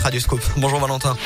du Scoop. Bonjour Valentin.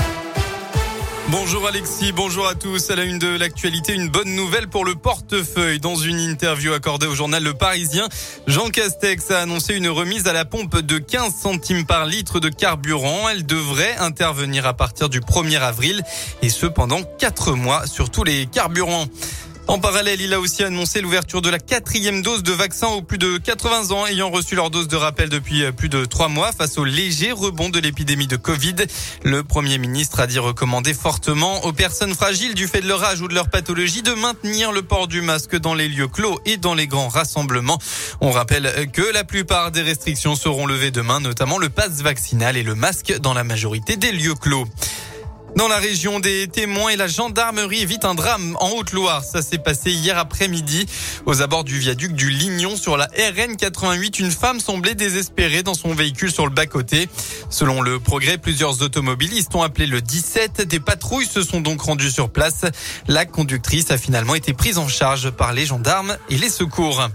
Bonjour Alexis, bonjour à tous. À la une de l'actualité, une bonne nouvelle pour le portefeuille. Dans une interview accordée au journal Le Parisien, Jean Castex a annoncé une remise à la pompe de 15 centimes par litre de carburant. Elle devrait intervenir à partir du 1er avril et ce pendant 4 mois sur tous les carburants. En parallèle, il a aussi annoncé l'ouverture de la 4e dose de vaccin aux plus de 80 ans ayant reçu leur dose de rappel depuis plus de 3 mois face au léger rebond de l'épidémie de Covid. Le Premier ministre a dit recommander fortement aux personnes fragiles du fait de leur âge ou de leur pathologie de maintenir le port du masque dans les lieux clos et dans les grands rassemblements. On rappelle que la plupart des restrictions seront levées demain, notamment le pass vaccinal et le masque dans la majorité des lieux clos. Dans la région, des témoins et la gendarmerie évitent un drame en Haute-Loire. Ça s'est passé hier après-midi. Aux abords du viaduc du Lignon sur la RN 88, une femme semblait désespérée dans son véhicule sur le bas-côté. Selon le Progrès, plusieurs automobilistes ont appelé le 17. Des patrouilles se sont donc rendues sur place. La conductrice a finalement été prise en charge par les gendarmes et les secours.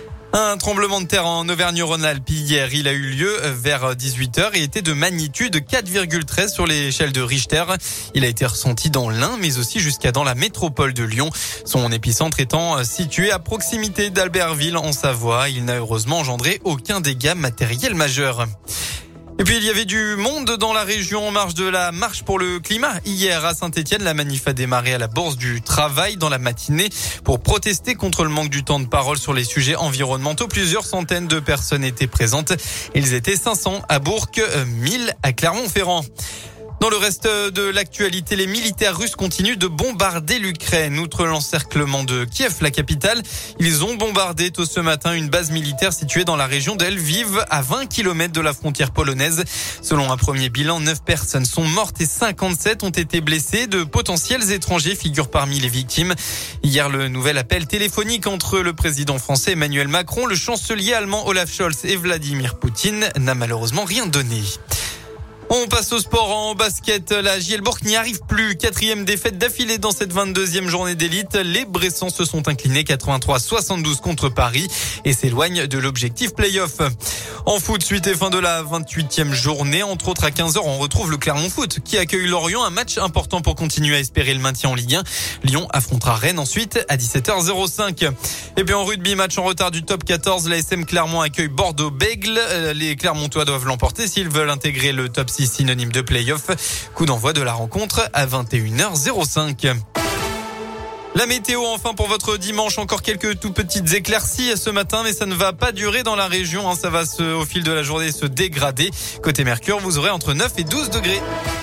Un tremblement de terre en Auvergne-Rhône-Alpes hier. Il a eu lieu vers 18h et était de magnitude 4,13 sur l'échelle de Richter. Il a été ressenti dans l'Ain, mais aussi jusqu'à dans la métropole de Lyon. Son épicentre étant situé à proximité d'Albertville en Savoie. Il n'a heureusement engendré aucun dégât matériel majeur. Et puis il y avait du monde dans la région en marge de la marche pour le climat. Hier à Saint-Étienne, la manif a démarré à la Bourse du Travail dans la matinée pour protester contre le manque du temps de parole sur les sujets environnementaux. Plusieurs centaines de personnes étaient présentes. Ils étaient 500 à Bourg, 1000 à Clermont-Ferrand. Dans le reste de l'actualité, les militaires russes continuent de bombarder l'Ukraine. Outre l'encerclement de Kiev, la capitale, ils ont bombardé tôt ce matin une base militaire située dans la région d'Elviv, à 20 km de la frontière polonaise. Selon un premier bilan, 9 personnes sont mortes et 57 ont été blessées. De potentiels étrangers figurent parmi les victimes. Hier, le nouvel appel téléphonique entre le président français Emmanuel Macron, le chancelier allemand Olaf Scholz et Vladimir Poutine n'a malheureusement rien donné. On passe au sport en basket. La JL Bourg n'y arrive plus. 4e défaite d'affilée dans cette 22e journée d'élite. Les Bressans se sont inclinés 83-72 contre Paris et s'éloignent de l'objectif play-off. En foot, suite et fin de la 28e journée. Entre autres, à 15h, on retrouve le Clermont Foot qui accueille Lorient. Un match important pour continuer à espérer le maintien en Ligue 1. Lyon affrontera Rennes ensuite à 17h05. Et puis en rugby, match en retard du top 14. La SM Clermont accueille Bordeaux-Bègles. Les Clermontois doivent l'emporter s'ils veulent intégrer le top 6 synonyme de play-off. Coup d'envoi de la rencontre à 21h05. La météo enfin pour votre dimanche, encore quelques tout petites éclaircies ce matin, mais ça ne va pas durer dans la région. Ça va au fil de la journée se dégrader. Côté Mercure, vous aurez entre 9 et 12 degrés.